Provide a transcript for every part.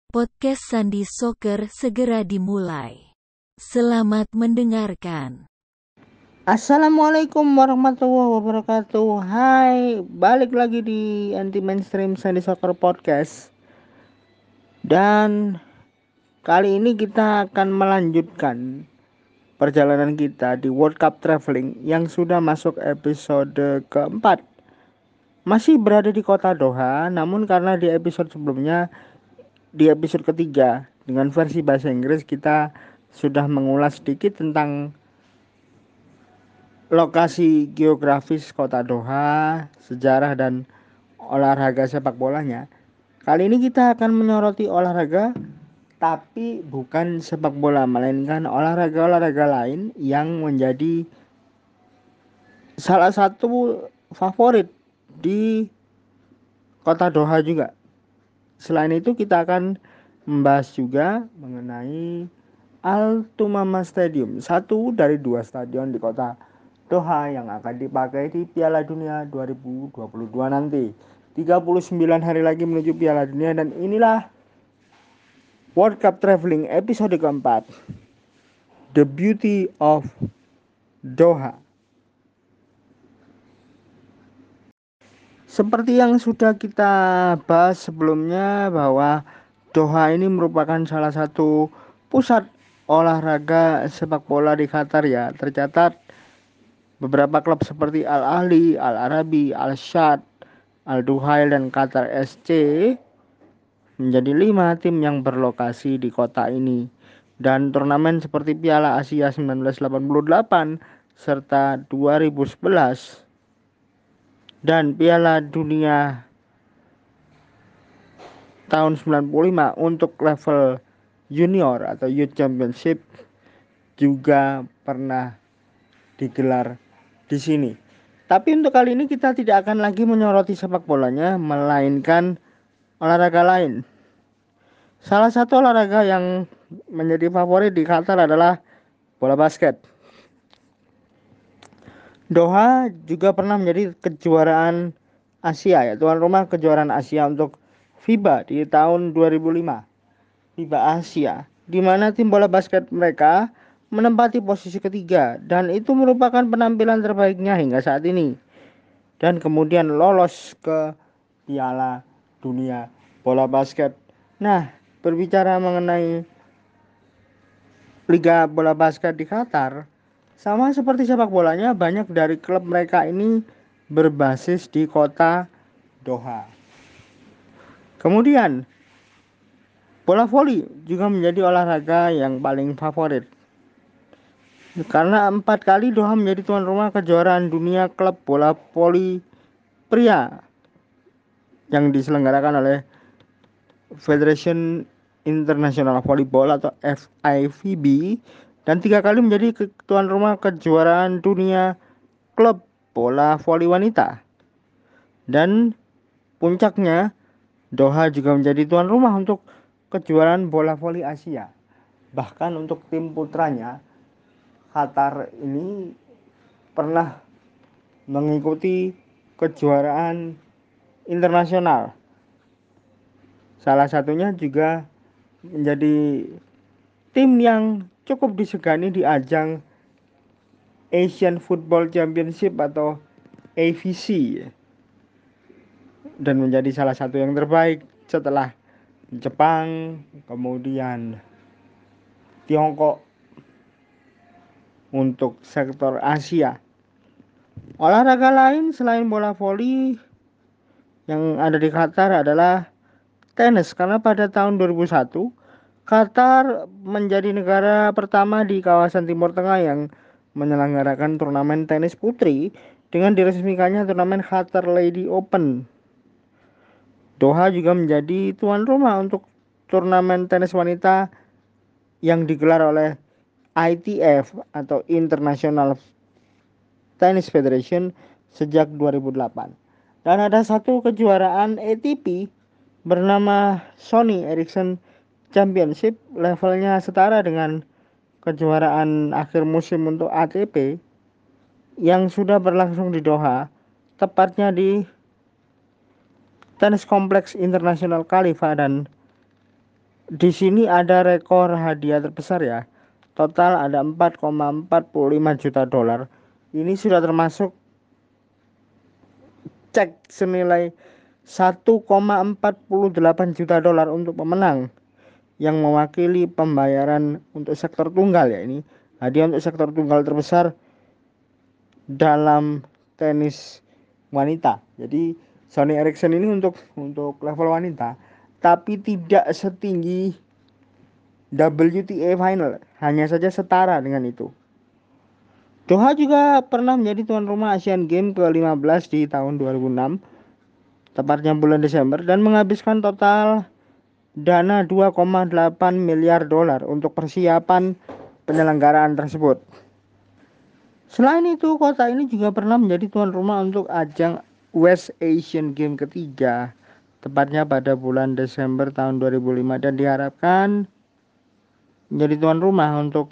Podcast Sandi Soccer segera dimulai. Selamat mendengarkan. Assalamualaikum warahmatullahi wabarakatuh. Hai, balik lagi di Anti Mainstream Sandi Soccer Podcast. Dan kali ini kita akan melanjutkan perjalanan kita di World Cup Traveling yang sudah masuk episode keempat. Masih berada di kota Doha, namun karena di episode sebelumnya, di episode ketiga dengan versi bahasa Inggris, kita sudah mengulas sedikit tentang lokasi geografis kota Doha, sejarah dan olahraga sepak bolanya. Kali ini kita akan menyoroti olahraga tapi bukan sepak bola, melainkan olahraga-olahraga lain yang menjadi salah satu favorit di kota Doha juga. Selain itu kita akan membahas juga mengenai Al Tumama Stadium, satu dari dua stadion di kota Doha yang akan dipakai di Piala Dunia 2022 nanti. 39 hari lagi menuju Piala Dunia, dan inilah World Cup Traveling episode keempat, The Beauty of Doha. Seperti yang sudah kita bahas sebelumnya, bahwa Doha ini merupakan salah satu pusat olahraga sepak bola di Qatar ya. Tercatat beberapa klub seperti Al Ahly, Al Arabi, Al Shad, Al Duhail dan Qatar SC menjadi 5 tim yang berlokasi di kota ini. Dan turnamen seperti Piala Asia 1988 serta 2011 dan Piala Dunia tahun 95 untuk level junior atau Youth Championship juga pernah digelar di sini. Tapi untuk kali ini kita tidak akan lagi menyoroti sepak bolanya, melainkan olahraga lain. Salah satu olahraga yang menjadi favorit di Qatar adalah bola basket. Doha juga pernah menjadi kejuaraan Asia ya, tuan rumah kejuaraan Asia untuk FIBA di tahun 2005. FIBA Asia, di mana tim bola basket mereka menempati posisi ketiga, dan itu merupakan penampilan terbaiknya hingga saat ini. Dan kemudian lolos ke Piala Dunia bola basket. Nah, berbicara mengenai Liga bola basket di Qatar, sama seperti sepak bolanya, banyak dari klub mereka ini berbasis di kota Doha. Kemudian bola voli juga menjadi olahraga yang paling favorit, karena 4 kali Doha menjadi tuan rumah kejuaraan dunia klub bola voli pria yang diselenggarakan oleh Federation International Volleyball atau FIVB, dan 3 kali menjadi tuan rumah kejuaraan dunia klub bola voli wanita. Dan puncaknya, Doha juga menjadi tuan rumah untuk kejuaraan bola voli Asia. Bahkan untuk tim putranya, Qatar ini pernah mengikuti kejuaraan internasional. Salah satunya juga menjadi tim yang cukup disegani di ajang Asian Football Championship atau AFC, dan menjadi salah satu yang terbaik setelah Jepang, kemudian Tiongkok untuk sektor Asia. Olahraga lain selain bola voli yang ada di Qatar adalah tenis, karena pada tahun 2001 Qatar menjadi negara pertama di kawasan Timur Tengah yang menyelenggarakan turnamen tenis putri dengan diresmikannya turnamen Qatar Lady Open. Doha juga menjadi tuan rumah untuk turnamen tenis wanita yang digelar oleh ITF atau International Tennis Federation sejak 2008. Dan ada satu kejuaraan ATP bernama Sony Ericsson Championship, levelnya setara dengan kejuaraan akhir musim untuk ATP yang sudah berlangsung di Doha, tepatnya di Tenis Kompleks Internasional Khalifa dan Di sini ada rekor hadiah terbesar ya. Total ada 4,45 juta dolar. Ini sudah termasuk cek senilai 1,48 juta dolar untuk pemenang yang mewakili pembayaran untuk sektor tunggal ya. Ini hadiah untuk sektor tunggal terbesar dalam tenis wanita. Jadi Sony Ericsson ini untuk level wanita, tapi tidak setinggi WTA final, hanya saja setara dengan itu. Doha juga pernah menjadi tuan rumah Asian Games ke-15 di tahun 2006, tepatnya bulan Desember, dan menghabiskan total dana 2,8 miliar dolar untuk persiapan penyelenggaraan tersebut. Selain itu, kota ini juga pernah menjadi tuan rumah untuk ajang West Asian Games ketiga, tepatnya pada bulan Desember tahun 2005, dan diharapkan menjadi tuan rumah untuk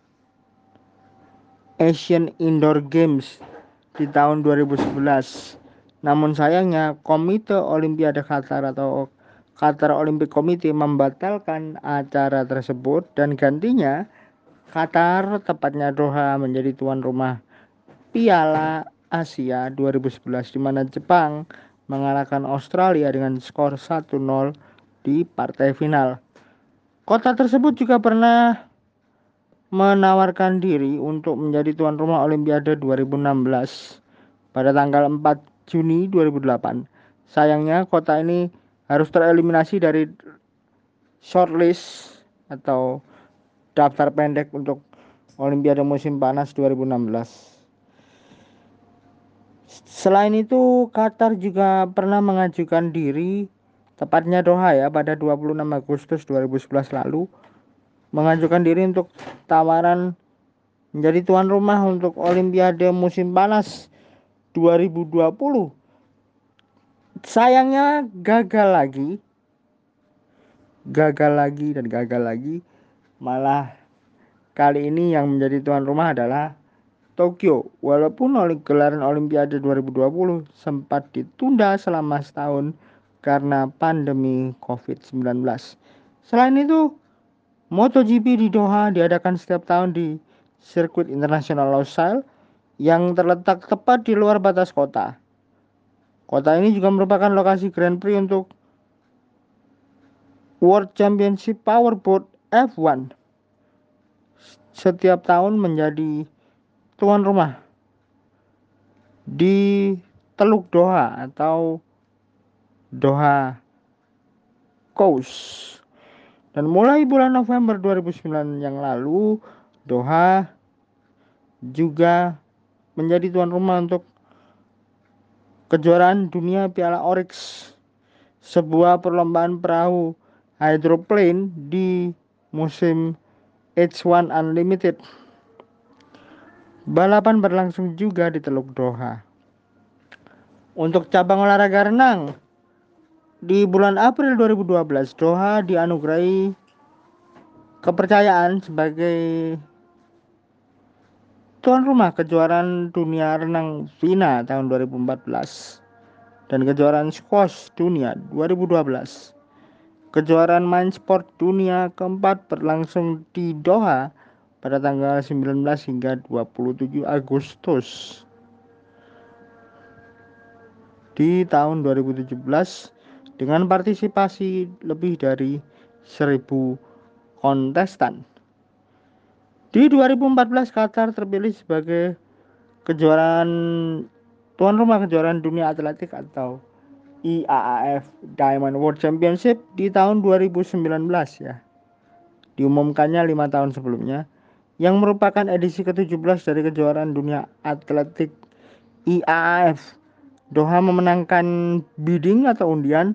Asian Indoor Games di tahun 2011. Namun sayangnya Komite Olimpiade Qatar atau Qatar Olympic Committee membatalkan acara tersebut dan gantinya Qatar, tepatnya Doha, menjadi tuan rumah Piala Asia 2011 di mana Jepang mengalahkan Australia dengan skor 1-0 di partai final. Kota tersebut juga pernah menawarkan diri untuk menjadi tuan rumah Olimpiade 2016 pada tanggal 4 Juni 2008. Sayangnya kota ini harus tereliminasi dari shortlist atau daftar pendek untuk Olimpiade musim panas 2016. Selain itu, Qatar juga pernah mengajukan diri, tepatnya Doha ya, pada 26 Agustus 2011 lalu, mengajukan diri untuk tawaran menjadi tuan rumah untuk Olimpiade musim panas 2020. Sayangnya gagal lagi. Malah kali ini yang menjadi tuan rumah adalah Tokyo. Walaupun gelaran Olimpiade 2020 sempat ditunda selama setahun karena pandemi COVID-19. Selain itu, MotoGP di Doha diadakan setiap tahun di sirkuit internasional Losail yang terletak tepat di luar batas kota. Kota ini juga merupakan lokasi Grand Prix untuk World Championship Powerboat F1. Setiap tahun menjadi tuan rumah di Teluk Doha atau Doha Coast. Dan mulai bulan November 2009 yang lalu, Doha juga menjadi tuan rumah untuk kejuaraan dunia Piala Oryx, sebuah perlombaan perahu hydroplane di musim H1 Unlimited. Balapan berlangsung juga di Teluk Doha. Untuk cabang olahraga renang, di bulan April 2012, Doha dianugerahi kepercayaan sebagai tuan rumah kejuaraan dunia renang FINA tahun 2014 dan kejuaraan squash dunia 2012. Kejuaraan main sport dunia keempat berlangsung di Doha pada tanggal 19 hingga 27 Agustus di tahun 2017 dengan partisipasi lebih dari 1.000 kontestan. Di 2014 Qatar terpilih sebagai kejuaraan tuan rumah kejuaraan dunia atletik atau IAAF Diamond World Championship di tahun 2019 ya. Diumumkannya 5 tahun sebelumnya, yang merupakan edisi ke-17 dari kejuaraan dunia atletik IAAF. Doha memenangkan bidding atau undian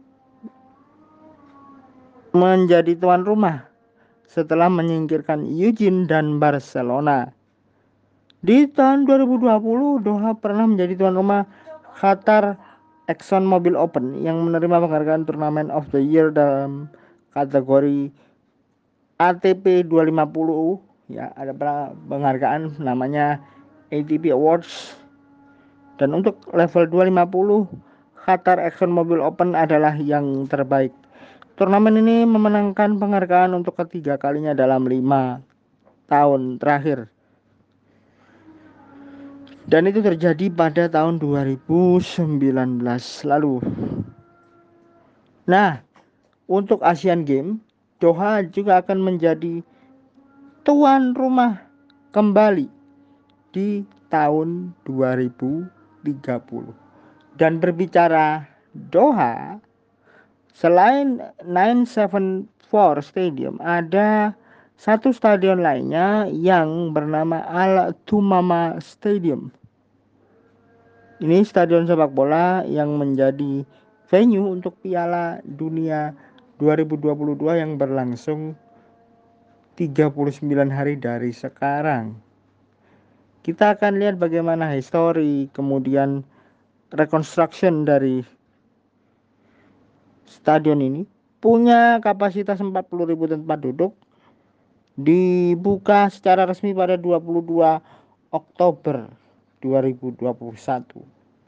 menjadi tuan rumah setelah menyingkirkan Eugene dan Barcelona. Di tahun 2020, Doha pernah menjadi tuan rumah Qatar Exxon Mobil Open yang menerima penghargaan Tournament of the Year dalam kategori ATP 250 ya, ada penghargaan namanya ATP Awards. Dan untuk level 250, Qatar Exxon Mobil Open adalah yang terbaik. Turnamen ini memenangkan penghargaan untuk ketiga kalinya dalam 5 tahun terakhir. Dan itu terjadi pada tahun 2019 lalu. Nah, untuk Asian Games, Doha juga akan menjadi tuan rumah kembali di tahun 2030. Dan berbicara Doha, selain 974 Stadium, ada satu stadion lainnya yang bernama Al Thumama Stadium. Ini stadion sepak bola yang menjadi venue untuk Piala Dunia 2022 yang berlangsung 39 hari dari sekarang. Kita akan lihat bagaimana histori, kemudian reconstruction dari stadion ini. Punya kapasitas 40.000 tempat duduk. Dibuka secara resmi pada 22 Oktober 2021.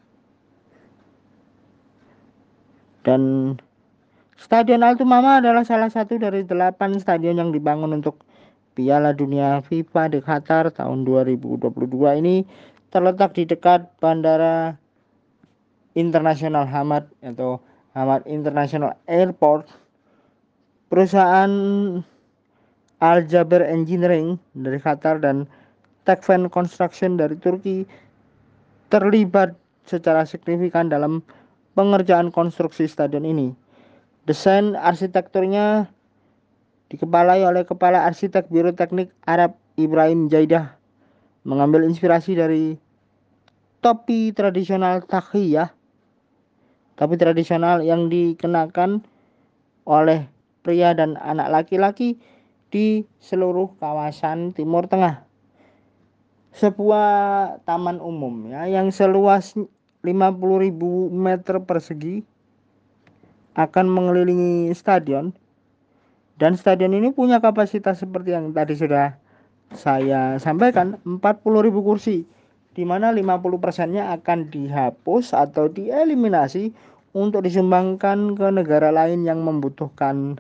Dan Stadion Al Thumama adalah salah satu dari 8 stadion yang dibangun untuk Piala Dunia FIFA di Qatar tahun 2022 ini. Terletak di dekat Bandara Internasional Hamad atau Hamad International Airport. Perusahaan Al Jaber Engineering dari Qatar dan Tekfen Construction dari Turki terlibat secara signifikan dalam pengerjaan konstruksi stadion ini. Desain arsitekturnya dikepalai oleh Kepala Arsitek Biro Teknik Arab Ibrahim Jaidah, mengambil inspirasi dari topi tradisional takhiyah, topi tradisional yang dikenakan oleh pria dan anak laki-laki di seluruh kawasan Timur Tengah. Sebuah taman umum ya yang seluas 50.000 meter persegi akan mengelilingi stadion, dan stadion ini punya kapasitas seperti yang tadi sudah saya sampaikan, 40.000 kursi, di mana 50%-nya akan dihapus atau dieliminasi untuk disumbangkan ke negara lain yang membutuhkan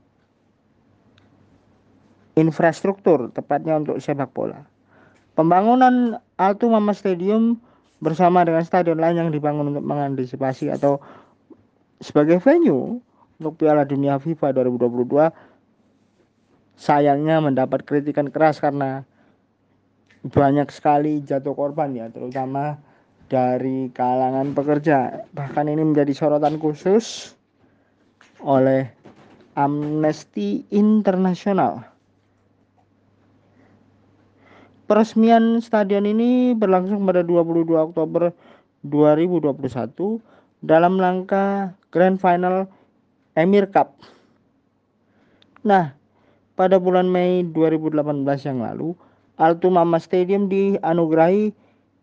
infrastruktur, tepatnya untuk sepak bola. Pembangunan Al Thumama Stadium bersama dengan stadion lain yang dibangun untuk mengantisipasi atau sebagai venue untuk Piala Dunia FIFA 2022 sayangnya mendapat kritikan keras karena banyak sekali jatuh korban ya, terutama dari kalangan pekerja. Bahkan ini menjadi sorotan khusus oleh Amnesty International. Peresmian stadion ini berlangsung pada 22 Oktober 2021 dalam rangka Grand Final Emir Cup. Nah, pada bulan Mei 2018 yang lalu, Al Thumama Stadium dianugerahi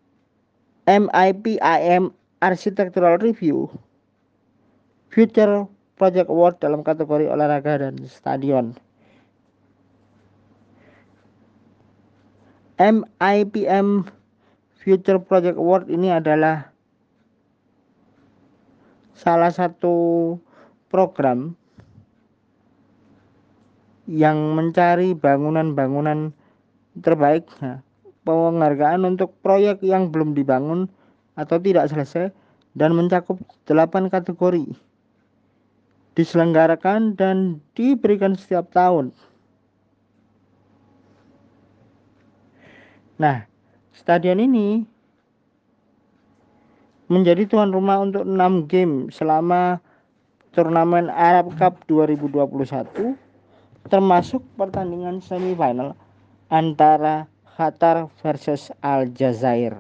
MIPIM Architectural Review Future Project Award dalam kategori olahraga dan stadion. MIPM Future Project Award ini adalah salah satu program yang mencari bangunan-bangunan terbaik, penghargaan untuk proyek yang belum dibangun atau tidak selesai, dan mencakup 8 kategori, diselenggarakan dan diberikan setiap tahun. Nah, stadion ini menjadi tuan rumah untuk 6 game selama turnamen Arab Cup 2021, termasuk pertandingan semifinal antara Qatar versus Aljazair.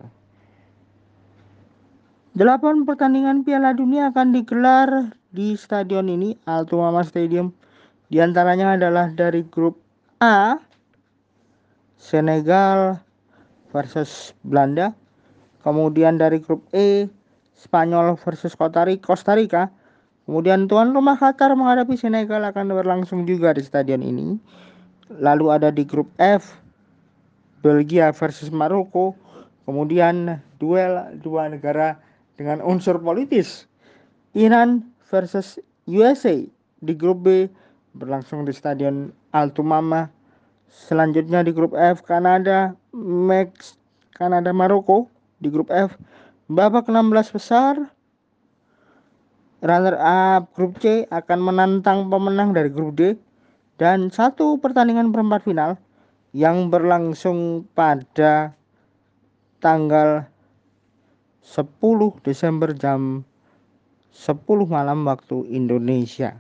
8 pertandingan Piala Dunia akan digelar di stadion ini, Al Thumama Stadium. Di antaranya adalah dari grup A, Senegal versus Belanda. Kemudian dari grup E, Spanyol versus Costa Rica. Kemudian tuan rumah Qatar menghadapi Senegal akan berlangsung juga di stadion ini. Lalu ada di grup F, Belgia versus Maroko. Kemudian duel dua negara dengan unsur politis, Iran versus USA. di grup B berlangsung di Stadion Altumama. Selanjutnya di grup F Kanada Maroko di grup F babak 16 besar. Runner up grup C akan menantang pemenang dari grup D dan satu pertandingan perempat final yang berlangsung pada tanggal 10 Desember jam 10 malam waktu Indonesia.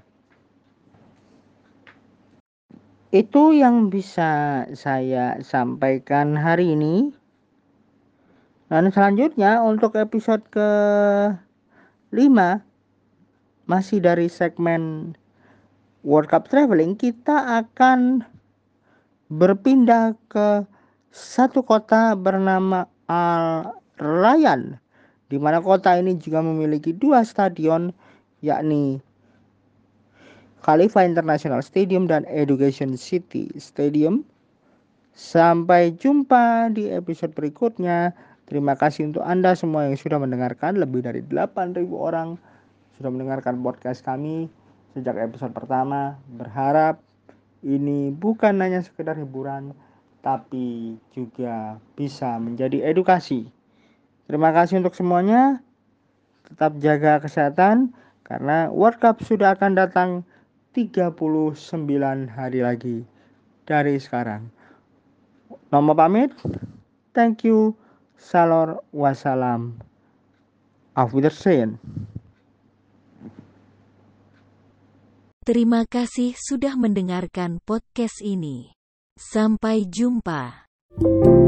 Itu yang bisa saya sampaikan hari ini. Dan selanjutnya untuk episode ke-5 masih dari segmen World Cup Traveling, kita akan berpindah ke satu kota bernama Al Rayyan, di mana kota ini juga memiliki dua stadion, yakni Khalifa International Stadium dan Education City Stadium. Sampai jumpa di episode berikutnya. Terima kasih untuk Anda semua yang sudah mendengarkan. Lebih dari 8.000 orang sudah mendengarkan podcast kami sejak episode pertama. Berharap ini bukan hanya sekedar hiburan, tapi juga bisa menjadi edukasi. Terima kasih untuk semuanya. Tetap jaga kesehatan karena World Cup sudah akan datang 39 hari lagi dari sekarang. Nomo pamit. Thank you. Salor wassalam. Auf Wiedersehen. Terima kasih sudah mendengarkan podcast ini. Sampai jumpa.